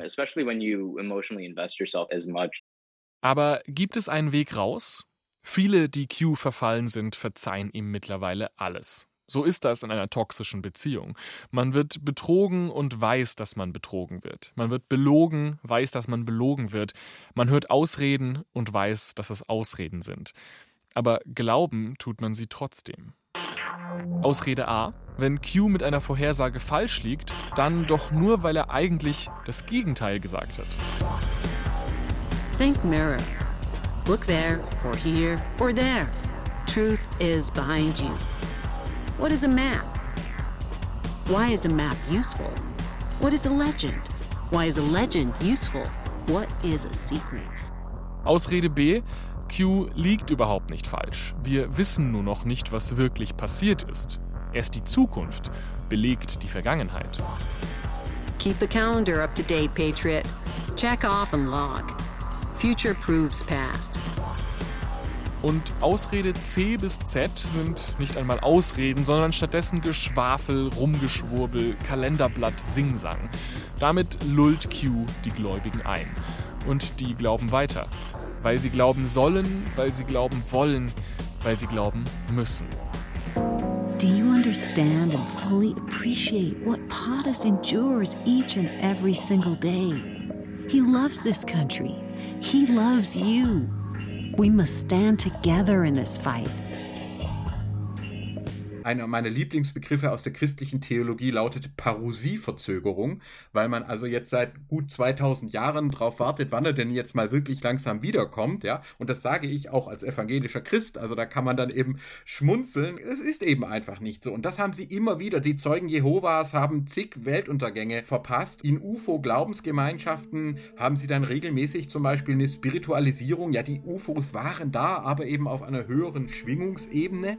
Aber gibt es einen Weg raus? Viele, die Q verfallen sind, verzeihen ihm mittlerweile alles. So ist das in einer toxischen Beziehung. Man wird betrogen und weiß, dass man betrogen wird. Man wird belogen, weiß, dass man belogen wird. Man hört Ausreden und weiß, dass es Ausreden sind. Aber glauben tut man sie trotzdem. Ausrede A: Wenn Q mit einer Vorhersage falsch liegt, dann doch nur, weil er eigentlich das Gegenteil gesagt hat. Think mirror. Look there, or here, or there. Truth is behind you. What is a map? Why is a map useful? What is a legend? Why is a legend useful? What is a secret? Ausrede B: Q liegt überhaupt nicht falsch. Wir wissen nur noch nicht, was wirklich passiert ist. Erst die Zukunft belegt die Vergangenheit. Keep the calendar up to date, Patriot. Check off and log. Future proves past. Und Ausrede C bis Z sind nicht einmal Ausreden, sondern stattdessen Geschwafel, Rumgeschwurbel, Kalenderblatt, Singsang. Damit lullt Q die Gläubigen ein. Und die glauben weiter. Weil sie glauben sollen, weil sie glauben wollen, weil sie glauben müssen. Do you understand and fully appreciate what POTUS endures each and every single day? He loves this country. He loves you. We must stand together in this fight. Einer meiner Lieblingsbegriffe aus der christlichen Theologie lautet Parusieverzögerung, weil man also jetzt seit gut 2000 Jahren drauf wartet, wann er denn jetzt mal wirklich langsam wiederkommt, ja. Und das sage ich auch als evangelischer Christ, also da kann man dann eben schmunzeln. Es ist eben einfach nicht so. Und das haben sie immer wieder. Die Zeugen Jehovas haben zig Weltuntergänge verpasst. In UFO-Glaubensgemeinschaften haben sie dann regelmäßig zum Beispiel eine Spiritualisierung. Ja, die UFOs waren da, aber eben auf einer höheren Schwingungsebene.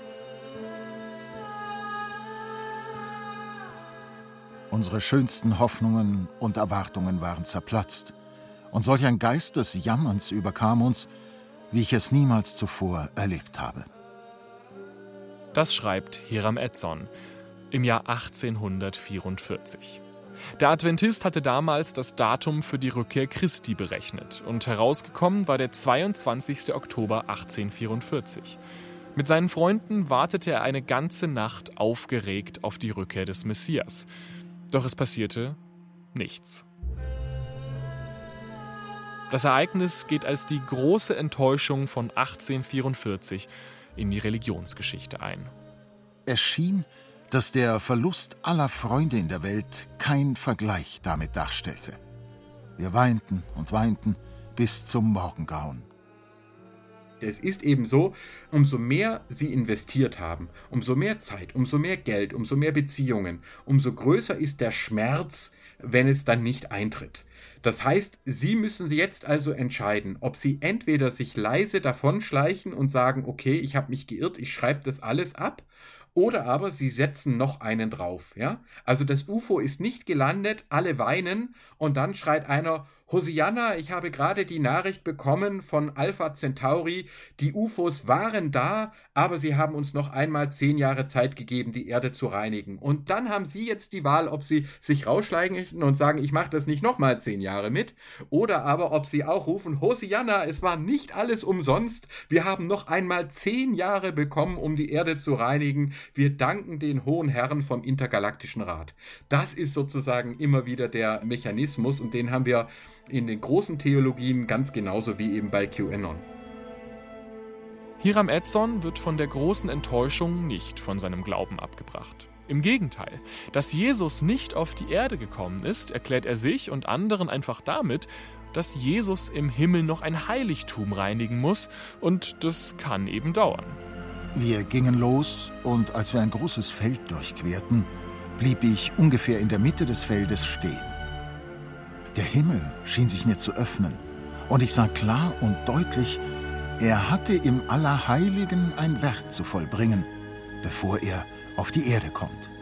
Unsere schönsten Hoffnungen und Erwartungen waren zerplatzt. Und solch ein Geist des Jammerns überkam uns, wie ich es niemals zuvor erlebt habe. Das schreibt Hiram Edson im Jahr 1844. Der Adventist hatte damals das Datum für die Rückkehr Christi berechnet und herausgekommen war der 22. Oktober 1844. Mit seinen Freunden wartete er eine ganze Nacht aufgeregt auf die Rückkehr des Messias. Doch es passierte nichts. Das Ereignis geht als die große Enttäuschung von 1844 in die Religionsgeschichte ein. Es schien, dass der Verlust aller Freunde in der Welt kein Vergleich damit darstellte. Wir weinten und weinten bis zum Morgengrauen. Es ist eben so, umso mehr sie investiert haben, umso mehr Zeit, umso mehr Geld, umso mehr Beziehungen, umso größer ist der Schmerz, wenn es dann nicht eintritt. Das heißt, sie müssen jetzt also entscheiden, ob sie entweder sich leise davonschleichen und sagen, okay, ich habe mich geirrt, ich schreibe das alles ab, oder aber sie setzen noch einen drauf. Ja? Also das UFO ist nicht gelandet, alle weinen und dann schreit einer, Hosianna, ich habe gerade die Nachricht bekommen von Alpha Centauri, die UFOs waren da, aber sie haben uns noch einmal 10 Jahre Zeit gegeben, die Erde zu reinigen. Und dann haben Sie jetzt die Wahl, ob Sie sich rausschleichen und sagen, ich mache das nicht nochmal 10 Jahre mit, oder aber ob Sie auch rufen, Hosianna, es war nicht alles umsonst, wir haben noch einmal 10 Jahre bekommen, um die Erde zu reinigen, wir danken den hohen Herren vom Intergalaktischen Rat. Das ist sozusagen immer wieder der Mechanismus und den haben wir in den großen Theologien ganz genauso wie eben bei QAnon. Hiram Edson wird von der großen Enttäuschung nicht von seinem Glauben abgebracht. Im Gegenteil, dass Jesus nicht auf die Erde gekommen ist, erklärt er sich und anderen einfach damit, dass Jesus im Himmel noch ein Heiligtum reinigen muss und das kann eben dauern. Wir gingen los und als wir ein großes Feld durchquerten, blieb ich ungefähr in der Mitte des Feldes stehen. Der Himmel schien sich mir zu öffnen und ich sah klar und deutlich, er hatte im Allerheiligen ein Werk zu vollbringen, bevor er auf die Erde kommt.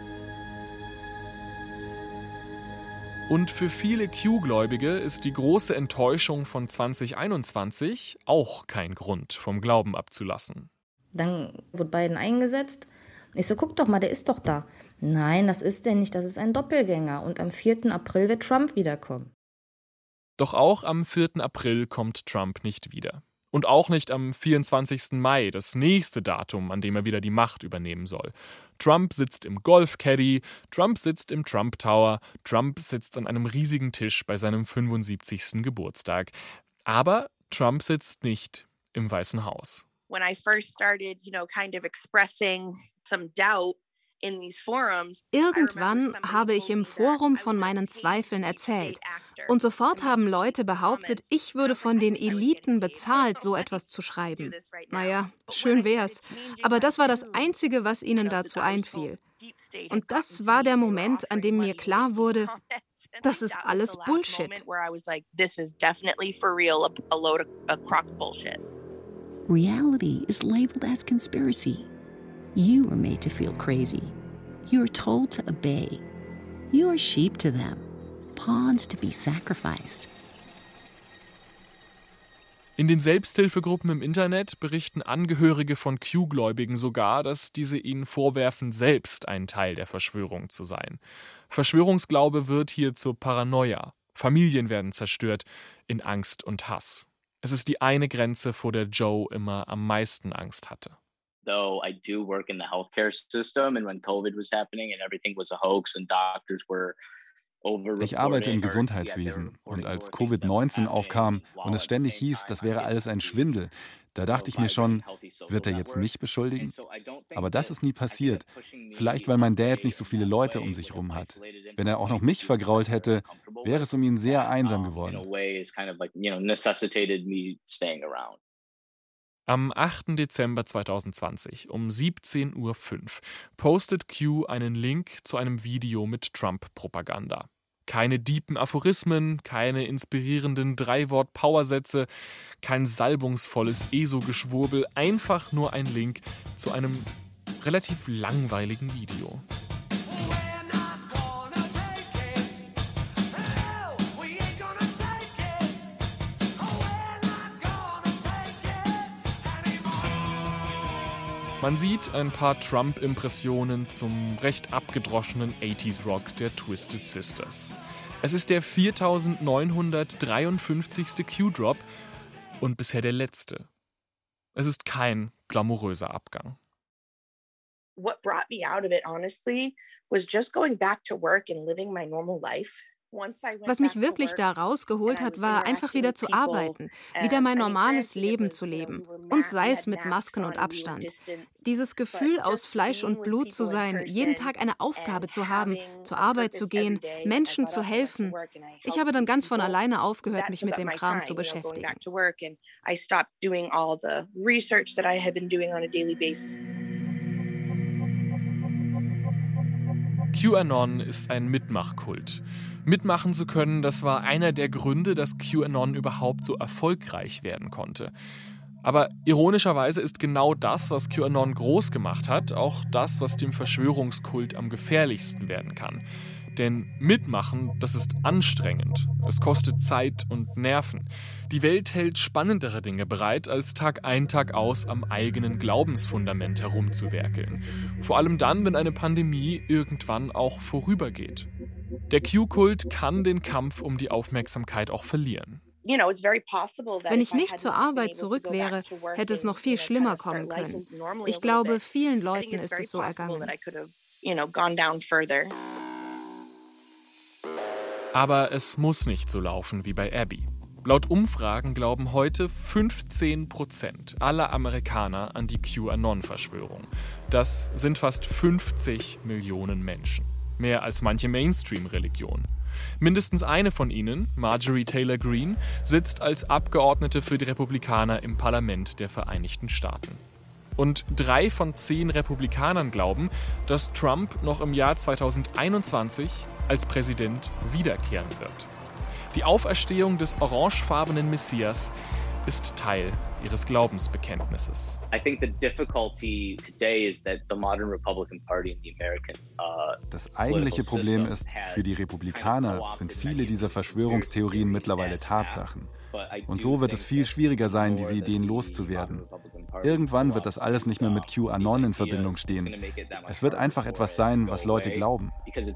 Und für viele Q-Gläubige ist die große Enttäuschung von 2021 auch kein Grund, vom Glauben abzulassen. Dann wurde Biden eingesetzt. Ich so, guck doch mal, der ist doch da. Nein, das ist der nicht, das ist ein Doppelgänger. Und am 4. April wird Trump wiederkommen. Doch auch am 4. April kommt Trump nicht wieder. Und auch nicht am 24. Mai, das nächste Datum, an dem er wieder die Macht übernehmen soll. Trump sitzt im Golf-Caddy, Trump sitzt im Trump Tower, Trump sitzt an einem riesigen Tisch bei seinem 75. Geburtstag. Aber Trump sitzt nicht im Weißen Haus. When I first started, kind of expressing some doubt in these forums. Irgendwann habe ich im Forum von meinen Zweifeln erzählt. Und sofort haben Leute behauptet, ich würde von den Eliten bezahlt, so etwas zu schreiben. Naja, schön wär's. Aber das war das Einzige, was ihnen dazu einfiel. Und das war der Moment, an dem mir klar wurde, das ist alles Bullshit. Reality is labeled as conspiracy. You are made to feel crazy. You are told to obey. You are sheep to them, pawns to be sacrificed. In den Selbsthilfegruppen im Internet berichten Angehörige von Q-Gläubigen sogar, dass diese ihnen vorwerfen, selbst ein Teil der Verschwörung zu sein. Verschwörungsglaube wird hier zur Paranoia. Familien werden zerstört in Angst und Hass. Es ist die eine Grenze, vor der Joe immer am meisten Angst hatte. Though I do work in the healthcare system, and when COVID was happening and everything was a hoax and doctors were Ich arbeite im Gesundheitswesen und als Covid-19 aufkam und es ständig hieß, das wäre alles ein Schwindel, da dachte ich mir schon, wird er jetzt mich beschuldigen? Aber das ist nie passiert. Vielleicht, weil mein Dad nicht so viele Leute um sich rum hat. Wenn er auch noch mich vergrault hätte, wäre es um ihn sehr einsam geworden. Am 8. Dezember 2020 um 17:05 Uhr postet Q einen Link zu einem Video mit Trump-Propaganda. Keine deepen Aphorismen, keine inspirierenden 3-Wort-Powersätze, kein salbungsvolles ESO-Geschwurbel, einfach nur ein Link zu einem relativ langweiligen Video. Man sieht ein paar Trump-Impressionen zum recht abgedroschenen 80s-Rock der Twisted Sisters. Es ist der 4953. Q-Drop und bisher der letzte. Es ist kein glamouröser Abgang. What brought me out of it, honestly, was just going back to work and living my normal life. Was mich wirklich da rausgeholt hat, war einfach wieder zu arbeiten, wieder mein normales Leben zu leben. Und sei es mit Masken und Abstand. Dieses Gefühl, aus Fleisch und Blut zu sein, jeden Tag eine Aufgabe zu haben, zur Arbeit zu gehen, Menschen zu helfen. Ich habe dann ganz von alleine aufgehört, mich mit dem Kram zu beschäftigen. QAnon ist ein Mitmachkult. Mitmachen zu können, das war einer der Gründe, dass QAnon überhaupt so erfolgreich werden konnte. Aber ironischerweise ist genau das, was QAnon groß gemacht hat, auch das, was dem Verschwörungskult am gefährlichsten werden kann. Denn mitmachen, das ist anstrengend. Es kostet Zeit und Nerven. Die Welt hält spannendere Dinge bereit, als Tag ein, Tag aus am eigenen Glaubensfundament herumzuwerkeln. Vor allem dann, wenn eine Pandemie irgendwann auch vorübergeht. Der Q-Kult kann den Kampf um die Aufmerksamkeit auch verlieren. Wenn ich nicht zur Arbeit zurück wäre, hätte es noch viel schlimmer kommen können. Ich glaube, vielen Leuten ist es so ergangen. Aber es muss nicht so laufen wie bei Abby. Laut Umfragen glauben heute 15% aller Amerikaner an die QAnon-Verschwörung. Das sind fast 50 Millionen Menschen. Mehr als manche Mainstream-Religion. Mindestens eine von ihnen, Marjorie Taylor Greene, sitzt als Abgeordnete für die Republikaner im Parlament der Vereinigten Staaten. Und 3 von 10 Republikanern glauben, dass Trump noch im Jahr 2021 als Präsident wiederkehren wird. Die Auferstehung des orangefarbenen Messias ist Teil ihres Glaubensbekenntnisses. Das eigentliche Problem ist, für die Republikaner sind viele dieser Verschwörungstheorien mittlerweile Tatsachen. Und so wird es viel schwieriger sein, diese Ideen loszuwerden. Irgendwann wird das alles nicht mehr mit QAnon in Verbindung stehen. Es wird einfach etwas sein, was Leute glauben.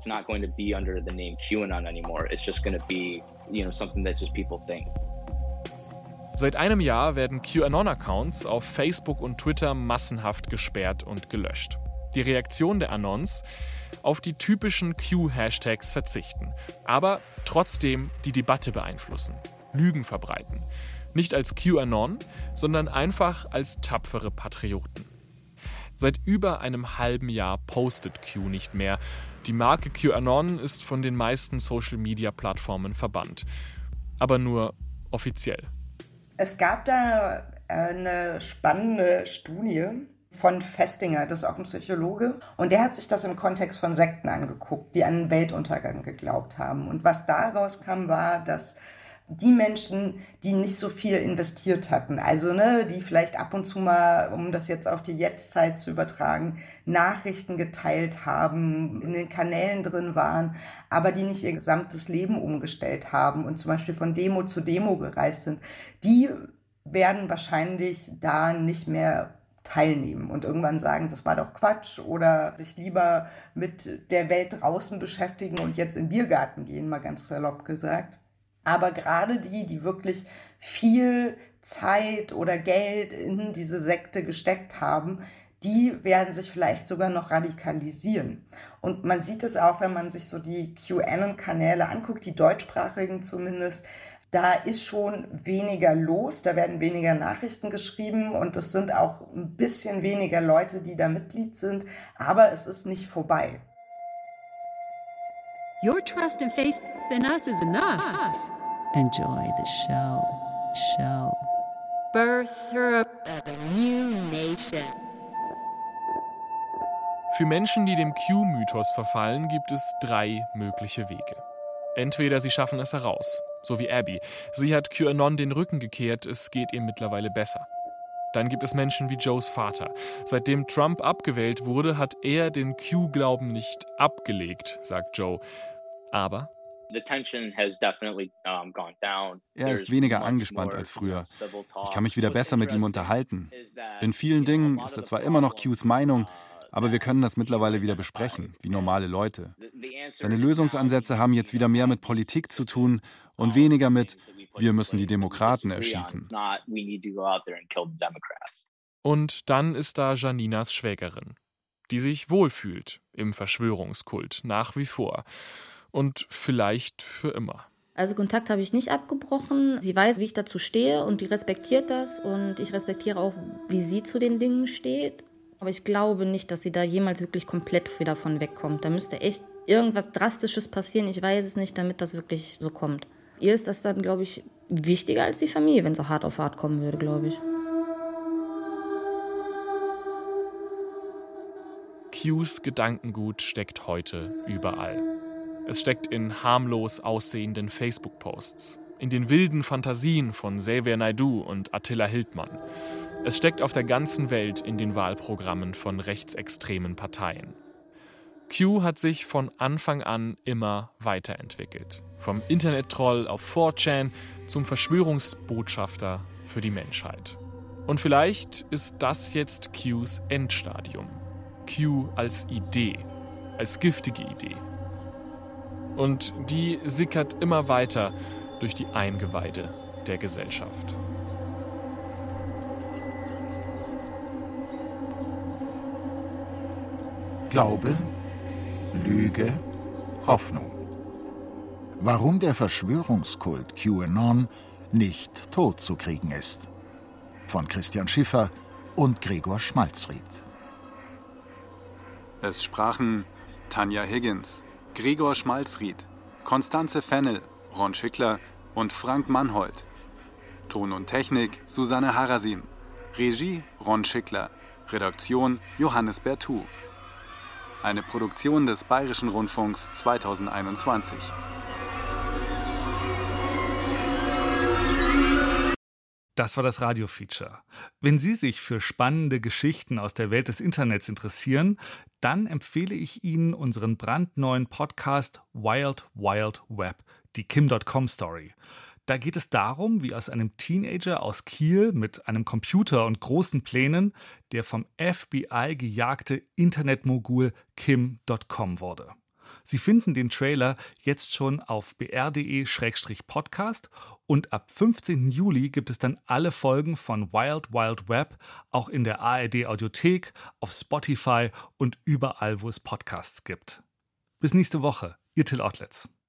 Seit einem Jahr werden QAnon-Accounts auf Facebook und Twitter massenhaft gesperrt und gelöscht. Die Reaktion der Anons: auf die typischen Q-Hashtags verzichten, aber trotzdem die Debatte beeinflussen, Lügen verbreiten. Nicht als QAnon, sondern einfach als tapfere Patrioten. Seit über einem halben Jahr postet Q nicht mehr. Die Marke QAnon ist von den meisten Social-Media-Plattformen verbannt. Aber nur offiziell. Es gab da eine spannende Studie von Festinger, das ist auch ein Psychologe, und der hat sich das im Kontext von Sekten angeguckt, die an einen Weltuntergang geglaubt haben. Und was da rauskam, war, dass die Menschen, die nicht so viel investiert hatten, also die vielleicht ab und zu mal, um das jetzt auf die Jetztzeit zu übertragen, Nachrichten geteilt haben, in den Kanälen drin waren, aber die nicht ihr gesamtes Leben umgestellt haben und zum Beispiel von Demo zu Demo gereist sind, die werden wahrscheinlich da nicht mehr teilnehmen und irgendwann sagen, das war doch Quatsch oder sich lieber mit der Welt draußen beschäftigen und jetzt in den Biergarten gehen, mal ganz salopp gesagt. Aber gerade die wirklich viel Zeit oder Geld in diese Sekte gesteckt haben, die werden sich vielleicht sogar noch radikalisieren. Und man sieht es auch, wenn man sich so die QAnon-Kanäle anguckt, die deutschsprachigen zumindest, da ist schon weniger los, da werden weniger Nachrichten geschrieben und es sind auch ein bisschen weniger Leute, die da Mitglied sind, aber es ist nicht vorbei. Your trust and faith in us is enough. Enjoy the show. Birther of a new nation. Für Menschen, die dem Q-Mythos verfallen, gibt es 3 mögliche Wege. Entweder sie schaffen es heraus, so wie Abby. Sie hat QAnon den Rücken gekehrt, es geht ihr mittlerweile besser. Dann gibt es Menschen wie Joes Vater. Seitdem Trump abgewählt wurde, hat er den Q-Glauben nicht abgelegt, sagt Joe. Aber er ist weniger angespannt als früher. Ich kann mich wieder besser mit ihm unterhalten. In vielen Dingen ist er zwar immer noch Qs Meinung, aber wir können das mittlerweile wieder besprechen, wie normale Leute. Seine Lösungsansätze haben jetzt wieder mehr mit Politik zu tun und weniger mit, wir müssen die Demokraten erschießen. Und dann ist da Janinas Schwägerin, die sich wohlfühlt im Verschwörungskult, nach wie vor. Und vielleicht für immer. Also Kontakt habe ich nicht abgebrochen. Sie weiß, wie ich dazu stehe und die respektiert das. Und ich respektiere auch, wie sie zu den Dingen steht. Aber ich glaube nicht, dass sie da jemals wirklich komplett wieder davon wegkommt. Da müsste echt irgendwas Drastisches passieren, ich weiß es nicht, damit das wirklich so kommt. Ihr ist das dann, glaube ich, wichtiger als die Familie, wenn es so hart auf hart kommen würde, glaube ich. Qs Gedankengut steckt heute überall. Es steckt in harmlos aussehenden Facebook-Posts, in den wilden Fantasien von Xavier Naidoo und Attila Hildmann. Es steckt auf der ganzen Welt in den Wahlprogrammen von rechtsextremen Parteien. Q hat sich von Anfang an immer weiterentwickelt. Vom Internet-Troll auf 4chan zum Verschwörungsbotschafter für die Menschheit. Und vielleicht ist das jetzt Qs Endstadium. Q als Idee, als giftige Idee. Und die sickert immer weiter durch die Eingeweide der Gesellschaft. Glaube, Lüge, Hoffnung. Warum der Verschwörungskult QAnon nicht tot zu kriegen ist. Von Christian Schiffer und Gregor Schmalzried. Es sprachen Tanja Higgins, Gregor Schmalzried, Konstanze Fennel, Ron Schickler und Frank Mannhold. Ton und Technik Susanne Harasim. Regie Ron Schickler. Redaktion Johannes Bertou. Eine Produktion des Bayerischen Rundfunks 2021. Das war das Radio-Feature. Wenn Sie sich für spannende Geschichten aus der Welt des Internets interessieren, dann empfehle ich Ihnen unseren brandneuen Podcast Wild Wild Web, die Kim.com-Story. Da geht es darum, wie aus einem Teenager aus Kiel mit einem Computer und großen Plänen der vom FBI gejagte Internetmogul Kim.com wurde. Sie finden den Trailer jetzt schon auf br.de/podcast und ab 15. Juli gibt es dann alle Folgen von Wild Wild Web auch in der ARD-Audiothek, auf Spotify und überall, wo es Podcasts gibt. Bis nächste Woche, Ihr Till Ottlitz.